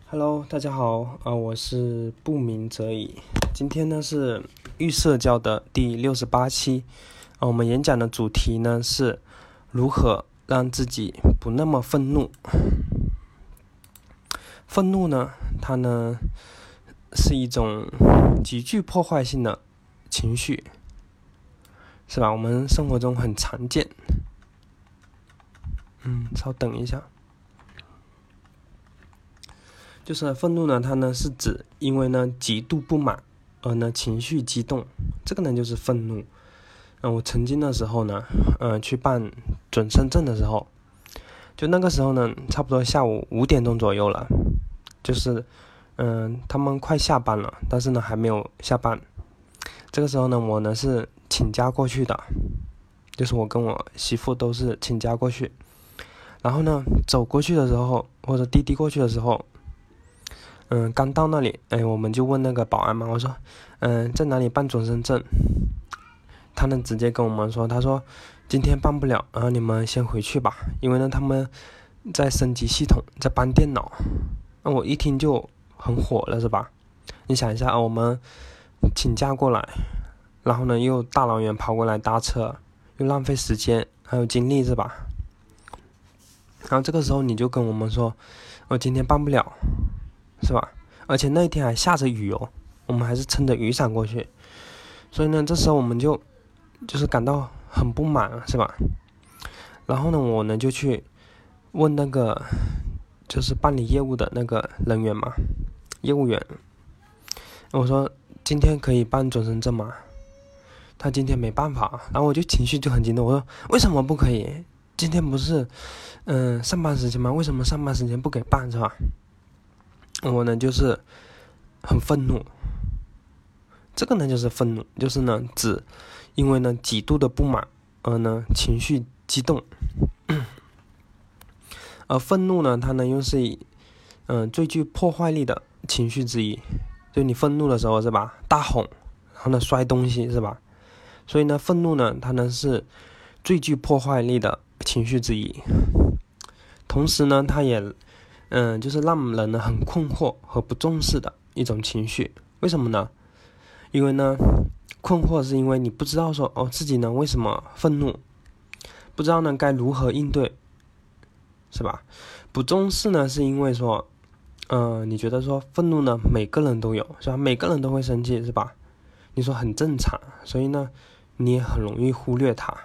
Hello，大家好，我是不鸣则已。今天呢是预社交的第68期，我们演讲的主题呢是如何让自己不那么愤怒。愤怒呢，它呢是一种极具破坏性的情绪，是吧？我们生活中很常见。稍等一下。就是愤怒呢，它呢是指因为呢极度不满而呢情绪激动，这个呢就是愤怒。我曾经的时候呢，去办准生证的时候，就那个时候呢，差不多下午5点钟左右了，就是他们快下班了，但是呢还没有下班。这个时候呢，我呢是请假过去的，就是我跟我媳妇都是请假过去。然后呢，走过去的时候，或者滴滴过去的时候。刚到那里，我们就问那个保安嘛，我说，在哪里办准生证？他呢直接跟我们说，他说今天办不了，然后你们先回去吧，因为呢他们在升级系统，在搬电脑。那我一听就很火了，是吧？你想一下，我们请假过来，然后呢又大老远跑过来搭车，又浪费时间还有精力，是吧？然后这个时候你就跟我们说，我今天办不了。是吧？而且那一天还下着雨哦，我们还是撑着雨伞过去，所以呢，这时候我们就是感到很不满，是吧？然后呢，我呢就去问那个就是办理业务的那个人员嘛，业务员，我说今天可以办准生证吗？他今天没办法，然后我就情绪就很激动，我说为什么不可以？今天不是上班时间吗？为什么上班时间不给办，是吧？我呢就是很愤怒，这个呢就是愤怒，就是呢指因为呢极度的不满而呢情绪激动，而愤怒呢它呢又是最具破坏力的情绪之一，就你愤怒的时候是吧，大吼，然后呢摔东西是吧，所以呢愤怒呢它呢是最具破坏力的情绪之一，同时呢它也就是让人呢很困惑和不重视的一种情绪。为什么呢？因为呢，困惑是因为你不知道说自己呢为什么愤怒，不知道呢该如何应对，是吧？不重视呢是因为说，你觉得说愤怒呢每个人都有，是吧？每个人都会生气，是吧？你说很正常，所以呢你也很容易忽略它。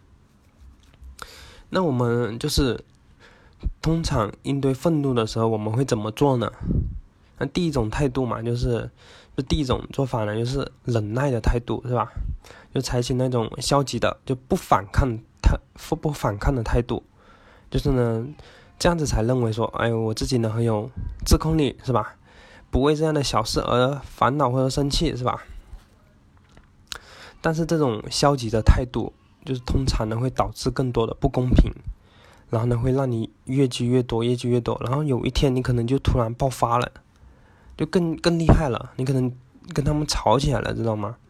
那我们就是通常应对愤怒的时候，我们会怎么做呢？那第一种态度嘛，第一种做法呢，就是忍耐的态度，是吧？就采取那种消极的，就不反抗的态度，就是呢，这样子才认为说，我自己呢很有自控力，是吧？不为这样的小事而烦恼或者生气，是吧？但是这种消极的态度，就是通常呢会导致更多的不公平。然后呢，会让你越积越多，然后有一天你可能就突然爆发了，就更厉害了，你可能跟他们吵起来了，知道吗？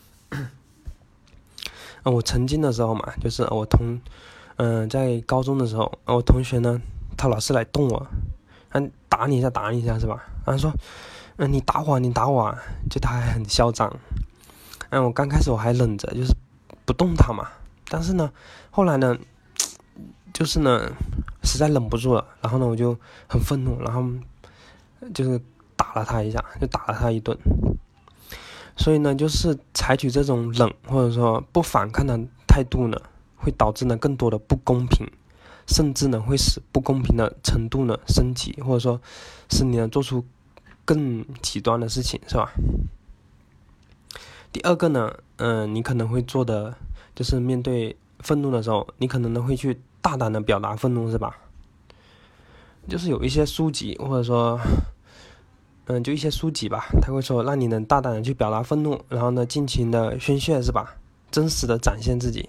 我曾经的时候嘛，就是在高中的时候，我同学呢，他老是来动我，打你一下是吧？然后说，你打我啊，就他还很嚣张。我刚开始我还忍着，就是不动他嘛，但是呢，后来呢。就是呢，实在忍不住了，然后呢，我就很愤怒，然后就是打了他一下，就打了他一顿。所以呢，就是采取这种冷或者说不反抗的态度呢，会导致呢更多的不公平，甚至呢会使不公平的程度呢升级，或者说使你呢做出更极端的事情，是吧？第二个呢，你可能会做的就是面对愤怒的时候，你可能呢会去大胆的表达愤怒，是吧？就是有一些书籍或者说就一些书籍吧，他会说让你能大胆的去表达愤怒，然后呢尽情的宣泄，是吧？真实的展现自己，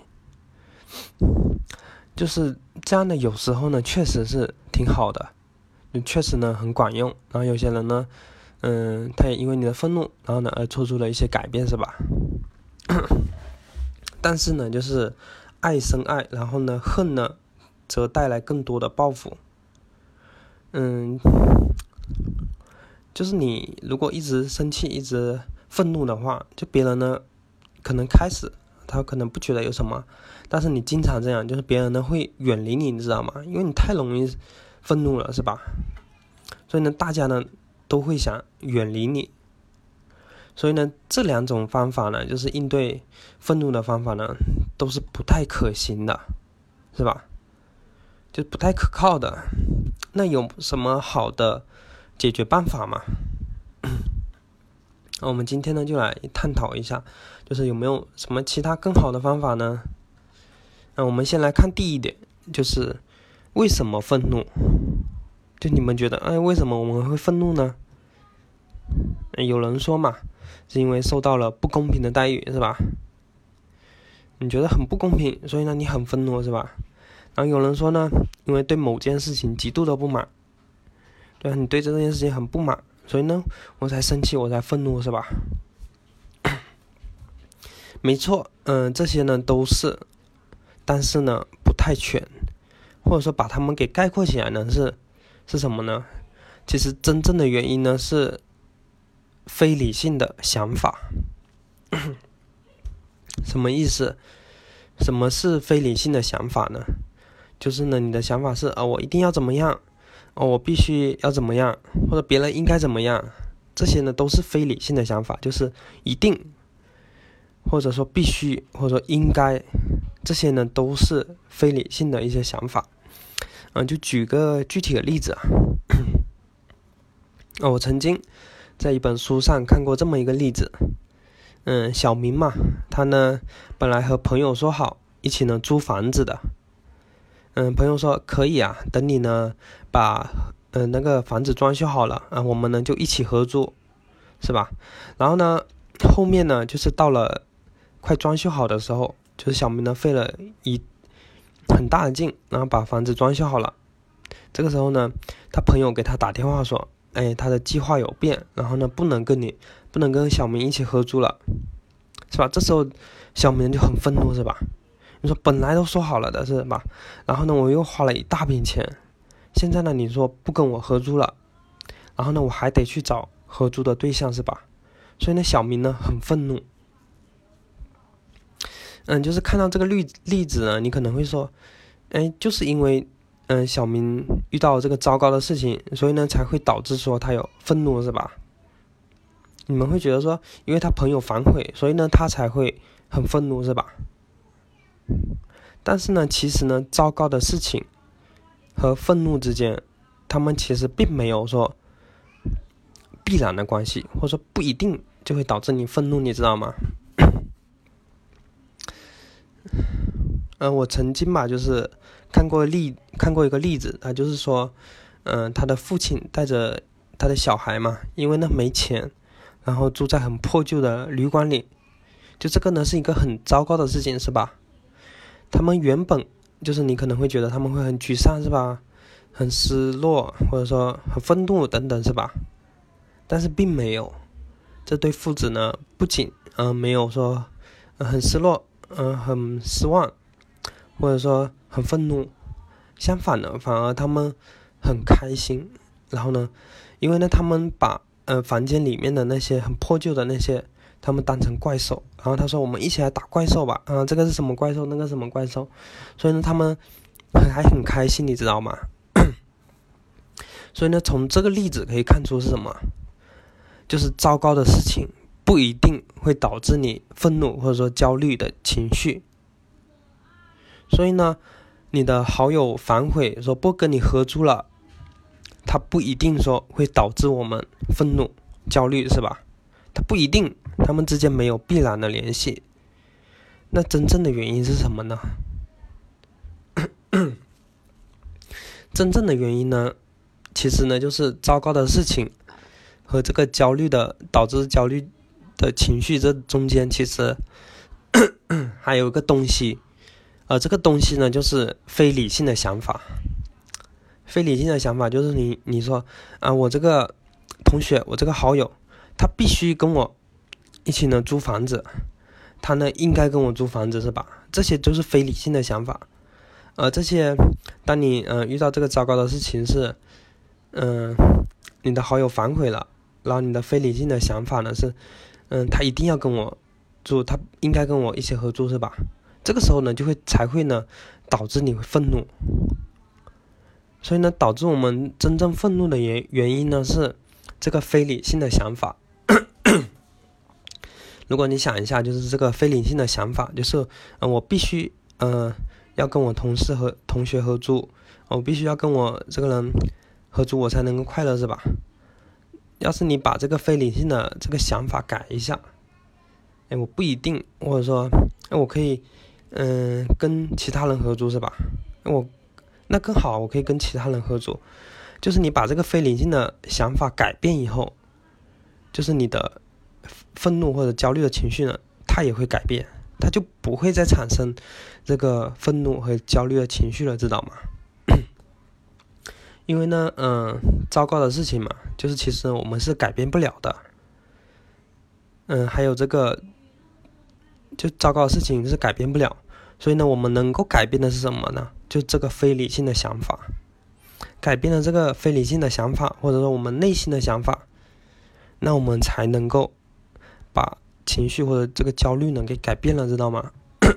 就是这样的。有时候呢确实是挺好的，就确实呢很管用。然后有些人呢他也因为你的愤怒，然后呢而做出了一些改变，是吧？但是呢就是爱生爱，然后呢恨呢则带来更多的报复。 就是你如果一直生气一直愤怒的话，就别人呢可能开始他可能不觉得有什么，但是你经常这样，就是别人呢会远离你，你知道吗？因为你太容易愤怒了，是吧？所以呢大家呢都会想远离你。所以呢这两种方法呢，就是应对愤怒的方法呢，都是不太可行的，是吧？就不太可靠的。那有什么好的解决办法吗？我们今天呢就来探讨一下，就是有没有什么其他更好的方法呢？我们先来看第一点，就是为什么愤怒？就你们觉得，为什么我们会愤怒呢？有人说嘛，是因为受到了不公平的待遇，是吧？你觉得很不公平，所以呢你很愤怒，是吧？然后有人说呢，因为对某件事情极度的不满，对吧？你对这件事情很不满，所以呢我才生气，我才愤怒，是吧？没错，这些呢都是，但是呢不太全，或者说把它们给概括起来呢是什么呢？其实真正的原因呢是非理性的想法。什么意思？什么是非理性的想法呢？就是呢你的想法是我一定要怎么样，我必须要怎么样，或者别人应该怎么样，这些呢都是非理性的想法，就是一定，或者说必须，或者说应该，这些呢都是非理性的一些想法。就举个具体的例子我曾经在一本书上看过这么一个例子。小明嘛，他呢本来和朋友说好一起呢租房子的。朋友说可以啊，等你呢把那个房子装修好了我们呢就一起合租，是吧？然后呢后面呢就是到了快装修好的时候，就是小明呢费了很大的劲，然后把房子装修好了。这个时候呢他朋友给他打电话说，他的计划有变，然后呢不能跟小明一起合租了，是吧？这时候小明就很愤怒，是吧？你说本来都说好了的，是吧？然后呢我又花了一大笔钱，现在呢你说不跟我合租了，然后呢我还得去找合租的对象，是吧？所以呢小明呢很愤怒。就是看到这个例子呢，你可能会说，就是因为小明遇到这个糟糕的事情，所以呢才会导致说他有愤怒，是吧？你们会觉得说，因为他朋友反悔，所以呢他才会很愤怒，是吧？但是呢其实呢糟糕的事情和愤怒之间，他们其实并没有说必然的关系，或者说不一定就会导致你愤怒，你知道吗？我曾经吧，就是看过一个例子，就是说，他的父亲带着他的小孩嘛，因为呢没钱，然后住在很破旧的旅馆里，就这个呢是一个很糟糕的事情，是吧？他们原本就是你可能会觉得他们会很沮丧，是吧？很失落，或者说很愤怒等等，是吧？但是并没有，这对父子呢不仅没有说很失落，很失望，或者说很愤怒，相反的，反而他们很开心。然后呢，因为呢他们把房间里面的那些很破旧的那些他们当成怪兽，然后他说我们一起来打怪兽吧，这个是什么怪兽，那个什么怪兽，所以呢他们还很开心，你知道吗？所以呢从这个例子可以看出是什么，就是糟糕的事情不一定会导致你愤怒或者说焦虑的情绪。所以呢你的好友反悔说不跟你合租了，他不一定说会导致我们愤怒焦虑，是吧？他不一定，他们之间没有必然的联系。那真正的原因是什么呢？真正的原因呢，其实呢就是糟糕的事情和这个导致焦虑的情绪这中间，其实还有一个东西，这个东西呢就是非理性的想法。非理性的想法就是你说我这个同学，我这个好友，他必须跟我一起呢租房子，他呢应该跟我租房子，是吧？这些就是非理性的想法。这些当你遇到这个糟糕的事情是你的好友反悔了， 然后你的非理性的想法呢是，他一定要跟我做，他应该跟我一起合作，是吧？这个时候呢才会呢导致你会愤怒。所以呢，导致我们真正愤怒的原因呢是这个非理性的想法。如果你想一下，就是这个非理性的想法，就是我必须要跟我同事和同学合作，我必须要跟我这个人合作，我才能够快乐，是吧？要是你把这个非理性的这个想法改一下，我不一定，或者说我可以跟其他人合作，是吧？那更好，我可以跟其他人合作。就是你把这个非理性的想法改变以后，就是你的愤怒或者焦虑的情绪呢，它也会改变，它就不会再产生这个愤怒和焦虑的情绪了，知道吗？因为呢，糟糕的事情嘛，就是其实我们是改变不了的。还有这个，就糟糕的事情是改变不了，所以呢，我们能够改变的是什么呢？就这个非理性的想法，改变了这个非理性的想法，或者说我们内心的想法，那我们才能够把情绪或者这个焦虑呢给改变了，知道吗？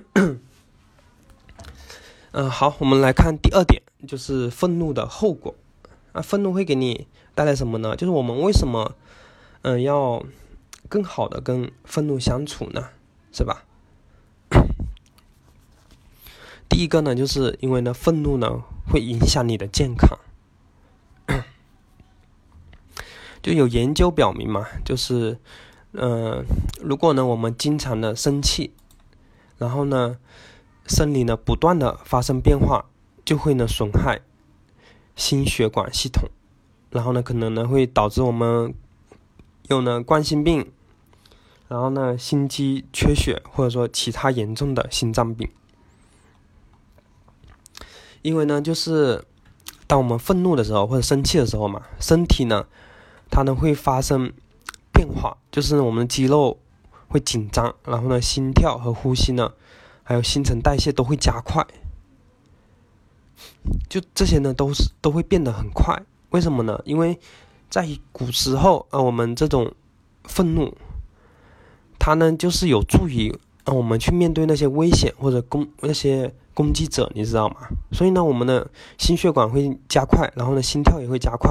好，我们来看第二点，就是愤怒的后果。愤怒会给你带来什么呢？就是我们为什么要更好的跟愤怒相处呢？是吧？第一个呢，就是因为呢，愤怒呢会影响你的健康。就有研究表明嘛，就是如果呢我们经常的生气，然后呢生理呢不断的发生变化，就会呢损害心血管系统，然后呢可能呢会导致我们有呢冠心病，然后呢心肌缺血，或者说其他严重的心脏病。因为呢就是当我们愤怒的时候或者生气的时候嘛，身体呢它呢会发生变化，就是我们的肌肉会紧张，然后呢心跳和呼吸呢还有新陈代谢都会加快，就这些呢都会变得很快。为什么呢？因为在古时候我们这种愤怒它呢就是有助于我们去面对那些危险或者那些攻击者，你知道吗？所以呢我们的心血管会加快，然后呢心跳也会加快。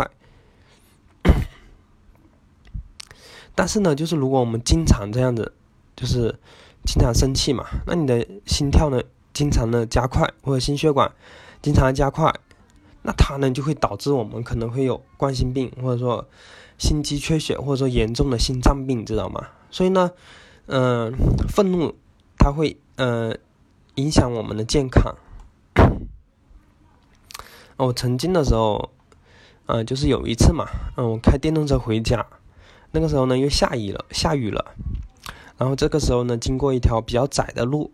但是呢就是如果我们经常这样子，就是经常生气嘛，那你的心跳呢经常的加快，或者心血管经常加快，那它呢就会导致我们可能会有冠心病，或者说心肌缺血，或者说严重的心脏病，知道吗？所以呢愤怒它会影响我们的健康。我曾经的时候就是有一次嘛，我开电动车回家，那个时候呢又下雨了，然后这个时候呢经过一条比较窄的路，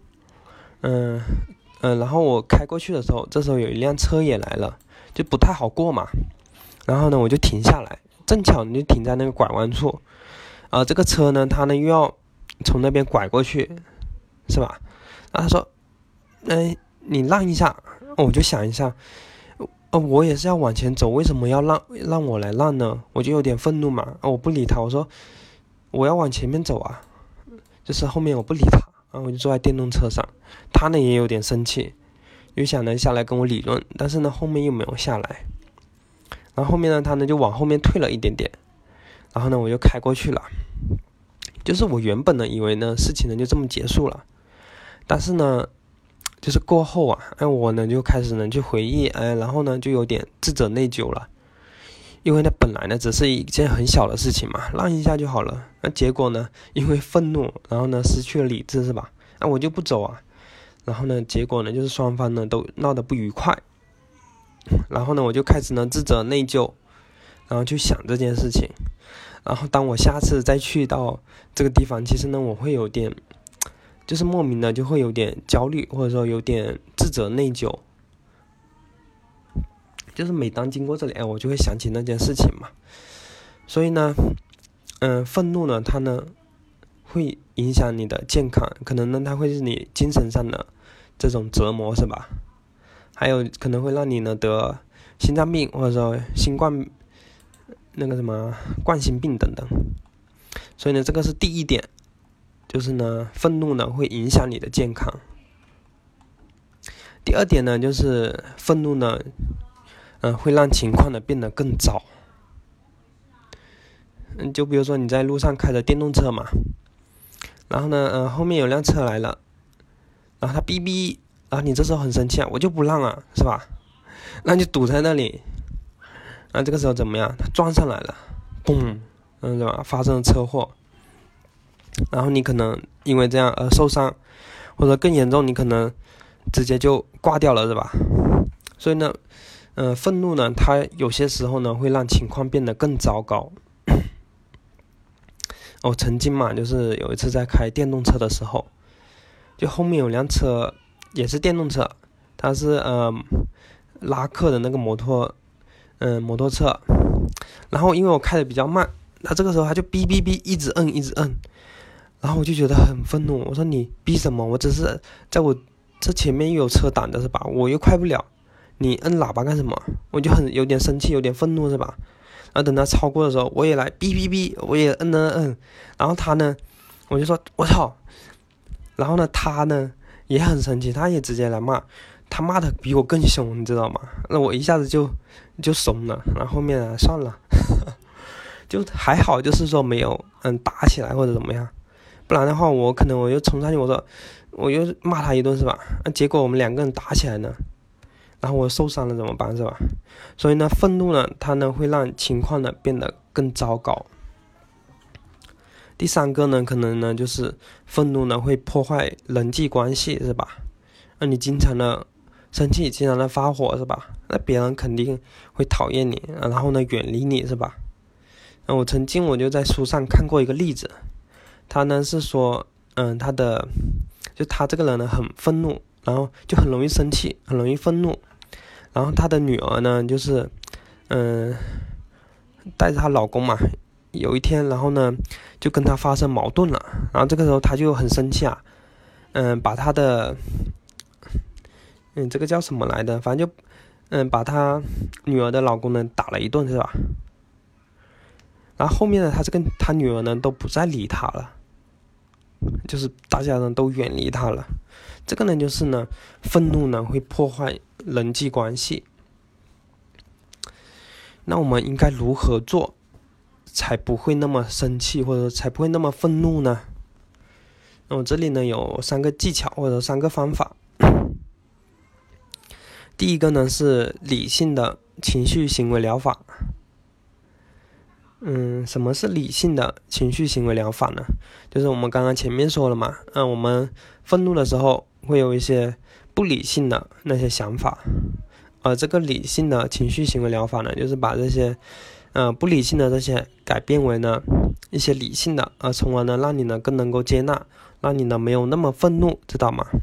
然后我开过去的时候，这时候有一辆车也来了，就不太好过嘛，然后呢我就停下来，正巧就停在那个拐弯处，这个车呢它呢又要从那边拐过去，是吧？然后他说你让一下，我就想一下，我也是要往前走，为什么要让我来让呢？我就有点愤怒嘛，我不理他，我说我要往前面走啊，就是后面我不理他，我就坐在电动车上，他呢也有点生气，又想呢下来跟我理论，但是呢后面又没有下来，然后后面呢他呢就往后面退了一点点，然后呢我就开过去了，就是我原本呢以为呢事情呢就这么结束了，但是呢就是过后我呢就开始呢去回忆，然后呢就有点自责内疚了，因为呢本来呢只是一件很小的事情嘛，让一下就好了，那结果呢因为愤怒，然后呢失去了理智，是吧？我就不走啊，然后呢结果呢就是双方呢都闹得不愉快，然后呢我就开始呢自责内疚，然后去想这件事情，然后当我下次再去到这个地方，其实呢我会有点就是莫名的就会有点焦虑，或者说有点自责内疚，就是每当经过这里我就会想起那件事情嘛。所以呢愤怒呢它呢会影响你的健康，可能呢它会是你精神上的这种折磨，是吧？还有可能会让你呢得心脏病，或者说新冠那个什么冠心病等等。所以呢，这个是第一点，就是呢，愤怒呢会影响你的健康。第二点呢，就是愤怒呢，会让情况呢变得更糟。就比如说你在路上开着电动车嘛，然后呢，后面有辆车来了，然后他哔哔，然后你这时候很生气啊，我就不让啊，是吧？那就堵在那里，这个时候怎么样？他撞上来了，嘣，对吧？发生了车祸，然后你可能因为这样而受伤，或者更严重，你可能直接就挂掉了，是吧？所以呢，愤怒呢，它有些时候呢会让情况变得更糟糕。我曾经嘛，就是有一次在开电动车的时候，就后面有辆车也是电动车，它是拉客的那个摩托车，然后因为我开的比较慢，它这个时候它就哔哔哔一直摁，然后我就觉得很愤怒，我说你哔什么？我只是在我这前面又有车挡的是吧？我又快不了，你摁喇叭干什么？我就有点生气，有点愤怒是吧？然后等他超过的时候，我也来哔哔哔，我也摁，然后他呢，我就说我操，然后呢他呢也很生气，他也直接来骂，他骂的比我更凶，你知道吗？那我一下子就怂了，然后后面算了，就还好，就是说没有打起来或者怎么样，不然的话我可能我又冲上去，我又骂他一顿是吧？结果我们两个人打起来呢。然后我受伤了怎么办是吧？所以呢，愤怒呢，它呢会让情况呢变得更糟糕。第三个呢，可能呢就是愤怒呢会破坏人际关系是吧？那你经常的生气，经常的发火是吧？那别人肯定会讨厌你，然后呢远离你是吧？我曾经我就在书上看过一个例子，他呢是说，他这个人呢很愤怒，然后就很容易生气，很容易愤怒。然后她的女儿呢，就是带着她老公嘛，有一天，然后呢就跟她发生矛盾了，然后这个时候她就很生气啊，把她的这个叫什么来的，反正就把她女儿的老公呢打了一顿是吧？然后后面呢，她女儿呢都不再理她了，就是大家呢都远离她了。这个呢就是呢，愤怒呢会破坏人际关系。那我们应该如何做才不会那么生气，或者才不会那么愤怒呢？那我这里呢有3个技巧或者3个方法。第一个呢是理性的情绪行为疗法。什么是理性的情绪行为疗法呢？就是我们刚刚前面说了嘛，我们愤怒的时候会有一些不理性的那些想法，而这个理性的情绪行为疗法呢，就是把这些不理性的这些改变为呢一些理性的，从而呢让你呢更能够接纳，让你呢没有那么愤怒，知道吗？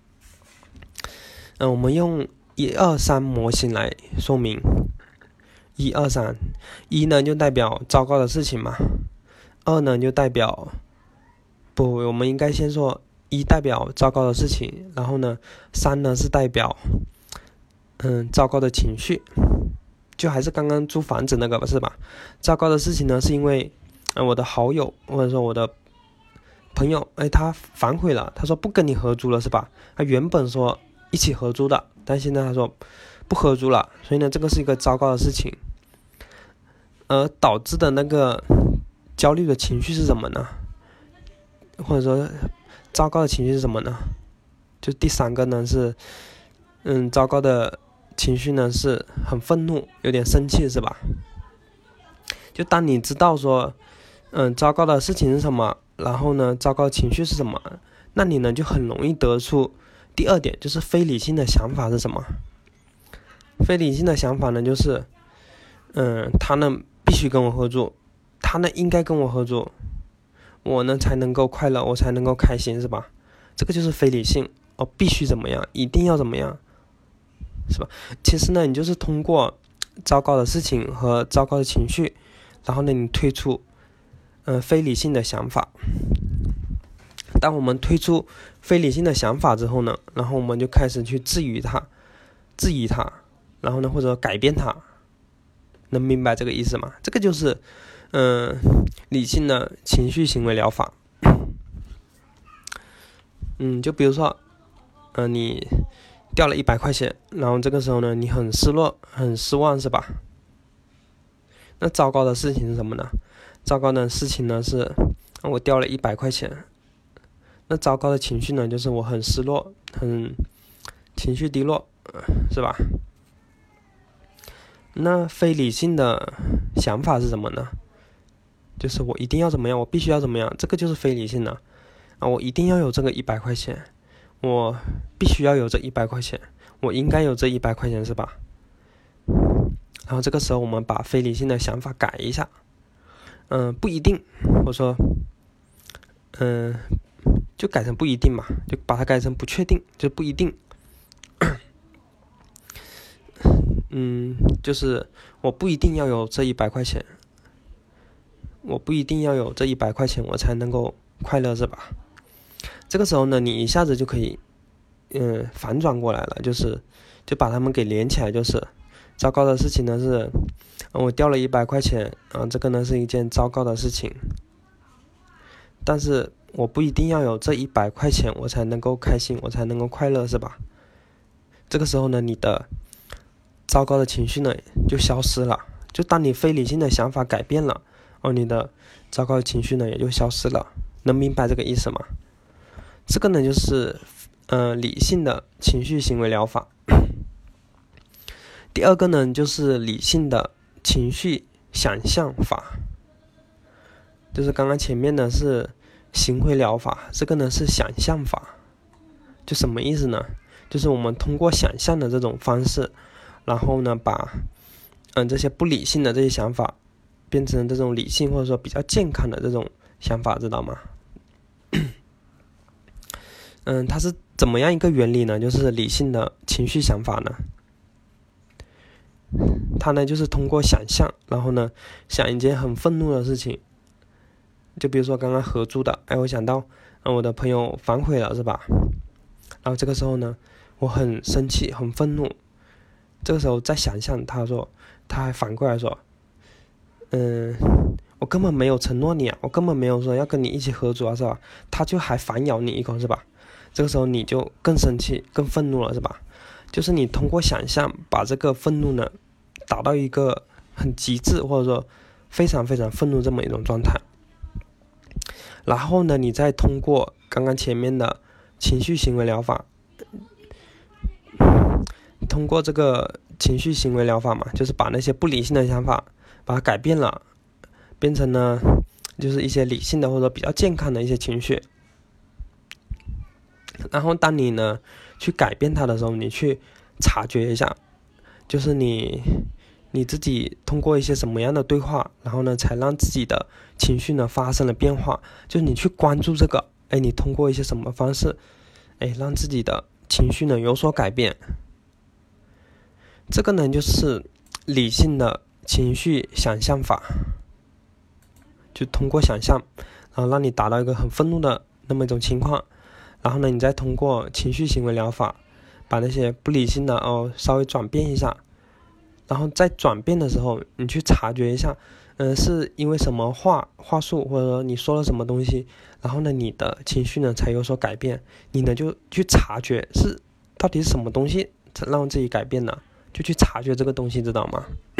我们用1、2、3模型来说明。1、2、3，呢就代表糟糕的事情嘛，2呢就代表我们应该先说1代表糟糕的事情，然后呢3呢是代表糟糕的情绪，就还是刚刚租房子那个是吧？糟糕的事情呢是因为我的好友或者说我的朋友他反悔了，他说不跟你合租了是吧？他原本说一起合租的，但现在他说不合租了，所以呢这个是一个糟糕的事情，而导致的那个焦虑的情绪是什么呢？或者说糟糕的情绪是什么呢？就第3个呢是糟糕的情绪呢是很愤怒，有点生气是吧？就当你知道说糟糕的事情是什么，然后呢糟糕的情绪是什么，那你呢就很容易得出第2点，就是非理性的想法是什么？非理性的想法呢就是他呢必须跟我合作，他呢应该跟我合作，我呢才能够快乐，我才能够开心是吧？这个就是非理性，必须怎么样，一定要怎么样是吧？其实呢你就是通过糟糕的事情和糟糕的情绪，然后呢你推出非理性的想法。当我们推出非理性的想法之后呢，然后我们就开始去质疑它，然后呢或者改变它， 能明白这个意思吗？这个就是理性的情绪行为疗法。就比如说你掉了100块钱，然后这个时候呢你很失落很失望，是吧？那糟糕的事情是什么呢？糟糕的事情呢是我掉了100块钱，那糟糕的情绪呢就是我很失落，很情绪低落，是吧？那非理性的想法是什么呢？就是我一定要怎么样，我必须要怎么样，这个就是非理性的我一定要有这个100块钱，我必须要有这100块钱，我应该有这100块钱，是吧？然后这个时候我们把非理性的想法改一下，不一定，或者说就改成不一定嘛，就把它改成不确定，就不一定。就是我不一定要有这100块钱，我不一定要有这100块钱我才能够快乐，是吧？这个时候呢你一下子就可以反转过来了，就把它们给连起来，就是糟糕的事情呢是我掉了100块钱这个呢是一件糟糕的事情，但是我不一定要有这100块钱我才能够开心，我才能够快乐，是吧？这个时候呢你的糟糕的情绪呢就消失了，就当你非理性的想法改变了你的糟糕的情绪呢也就消失了，能明白这个意思吗？这个呢就是理性的情绪行为疗法。第二个呢就是理性的情绪想象法，就是刚刚前面呢是行为疗法，这个呢是想象法。就什么意思呢？就是我们通过想象的这种方式，然后呢把这些不理性的这些想法变成这种理性或者说比较健康的这种想法，知道吗？它是怎么样一个原理呢？就是理性的情绪想法呢，它呢就是通过想象，然后呢想一件很愤怒的事情，就比如说刚刚合租的，我想到我的朋友反悔了，是吧？然后这个时候呢我很生气很愤怒，这个时候再想象他还反过来说我根本没有承诺你我根本没有说要跟你一起合租是吧？他就还反咬你一口，是吧？这个时候你就更生气更愤怒了，是吧？就是你通过想象把这个愤怒呢达到一个很极致，或者说非常非常愤怒这么一种状态，然后呢你再通过刚刚前面的情绪行为疗法，通过这个情绪行为疗法嘛，就是把那些不理性的想法把它改变了，变成呢就是一些理性的或者比较健康的一些情绪。然后当你呢去改变它的时候，你去察觉一下，就是你自己通过一些什么样的对话，然后呢才让自己的情绪呢发生了变化，就是你去关注这个，你通过一些什么方式让自己的情绪呢有所改变。这个呢就是理性的情绪想象法，就通过想象然后让你达到一个很愤怒的那么一种情况，然后呢你再通过情绪行为疗法把那些不理性的稍微转变一下，然后在转变的时候你去察觉一下是因为什么话术，或者说你说了什么东西，然后呢你的情绪呢才有所改变，你呢就去察觉是到底是什么东西让自己改变呢，就去察觉这个东西，知道吗？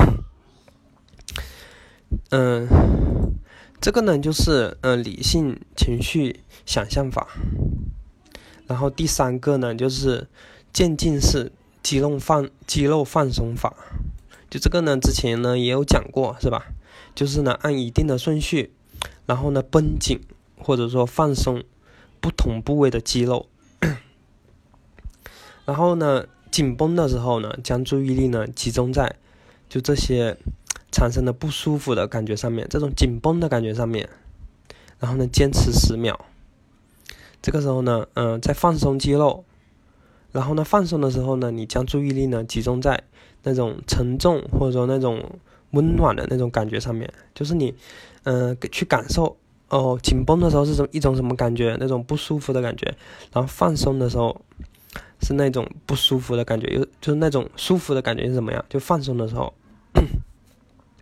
这个呢就是理性情绪想象法。然后第三个呢就是渐进式肌肉放松法，就这个呢之前呢也有讲过，是吧？就是呢按一定的顺序，然后呢绷紧或者说放松不同部位的肌肉然后呢紧绷的时候呢将注意力呢集中在就这些产生的不舒服的感觉上面，这种紧绷的感觉上面，然后呢坚持10秒。这个时候呢在放松肌肉，然后呢放松的时候呢你将注意力呢集中在那种沉重或者说那种温暖的那种感觉上面，就是你去感受紧绷的时候是一种什么感觉，那种不舒服的感觉，然后放松的时候是那种不舒服的感觉，就是那种舒服的感觉是怎么样，就放松的时候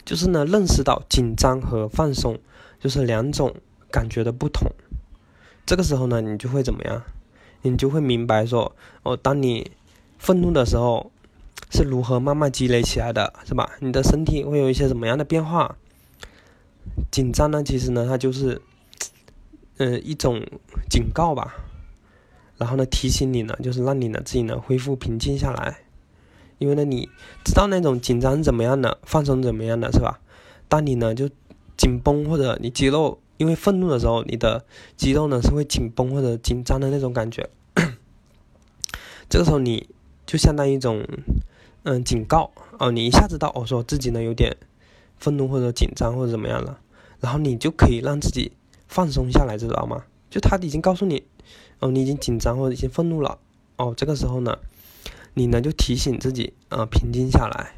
就是呢认识到紧张和放松就是两种感觉的不同。这个时候呢，你就会怎么样？你就会明白说，当你愤怒的时候是如何慢慢积累起来的，是吧？你的身体会有一些什么样的变化？紧张呢，其实呢，它就是一种警告吧。然后呢，提醒你呢，就是让你呢自己呢恢复平静下来。因为呢，你知道那种紧张怎么样的，放松怎么样的，是吧？当你呢就紧绷或者你肌肉因为愤怒的时候，你的肌肉呢是会紧绷或者紧张的那种感觉。这个时候你就相当于一种警告你一下子到说自己呢有点愤怒或者紧张或者怎么样了，然后你就可以让自己放松下来，知道吗？就他已经告诉你你已经紧张或者已经愤怒了这个时候呢你呢就提醒自己平静下来。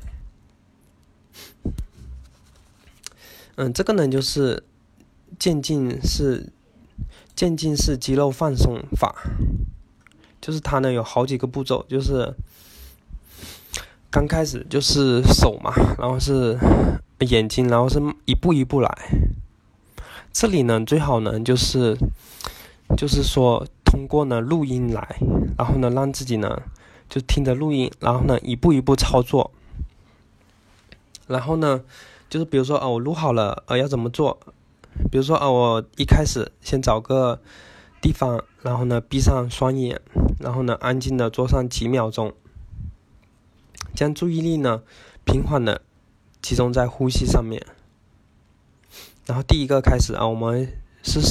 这个呢就是渐进式肌肉放松法，就是它呢有好几个步骤，就是刚开始就是手嘛，然后是眼睛，然后是一步一步来。这里呢最好呢就是说通过呢录音来，然后呢让自己呢就听着录音，然后呢一步一步操作。然后呢就是比如说我录好了要怎么做，比如说我一开始先找个地方，然后呢闭上双眼，然后呢安静的坐上几秒钟，将注意力呢平缓的集中在呼吸上面。然后第一个开始我们是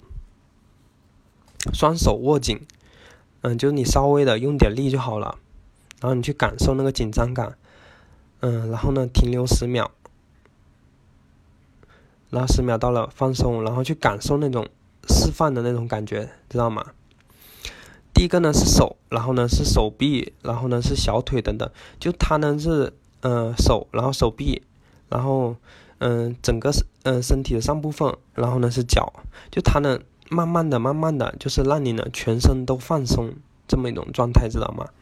双手握紧，就是你稍微的用点力就好了，然后你去感受那个紧张感，然后呢停留10秒，然后10秒到了放松，然后去感受那种释放的那种感觉，知道吗？第一个呢是手，然后呢是手臂，然后呢是小腿等等，就它呢是手，然后手臂，然后整个身体的上部分，然后呢是脚，就它呢慢慢的就是让你呢全身都放松这么一种状态，知道吗？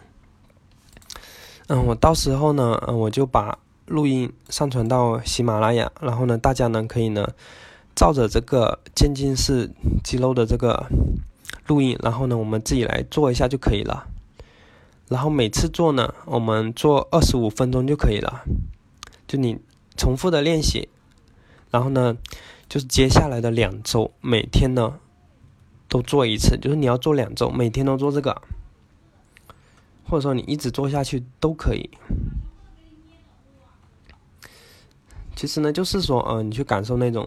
我到时候呢我就把录音上传到喜马拉雅，然后呢大家呢可以呢照着这个渐进式肌肉的这个录音，然后呢我们自己来做一下就可以了。然后每次做呢我们做25分钟就可以了，就你重复的练习。然后呢就是接下来的2周每天呢都做一次，就是你要做2周每天都做这个，或者说你一直做下去都可以。其实呢就是说你去感受那种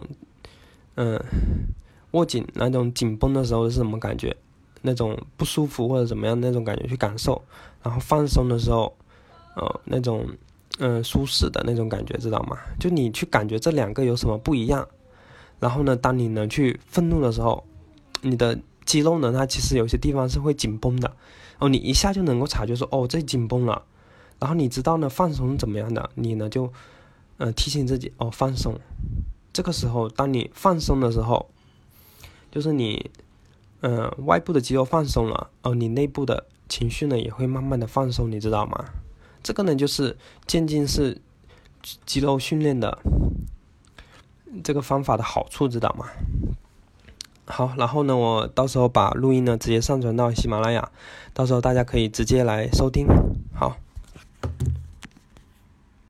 握紧那种紧绷的时候是什么感觉，那种不舒服或者怎么样那种感觉去感受，然后放松的时候那种舒适的那种感觉，知道吗？就你去感觉这2个有什么不一样。然后呢当你呢去愤怒的时候，你的肌肉呢它其实有些地方是会紧绷的你一下就能够察觉说这紧绷了，然后你知道呢放松怎么样的，你呢就提醒自己放松。这个时候当你放松的时候，就是你外部的肌肉放松了你内部的情绪呢也会慢慢的放松，你知道吗？这个呢就是渐进式肌肉训练的这个方法的好处，知道吗？好，然后呢我到时候把录音呢直接上传到喜马拉雅，到时候大家可以直接来收听。好。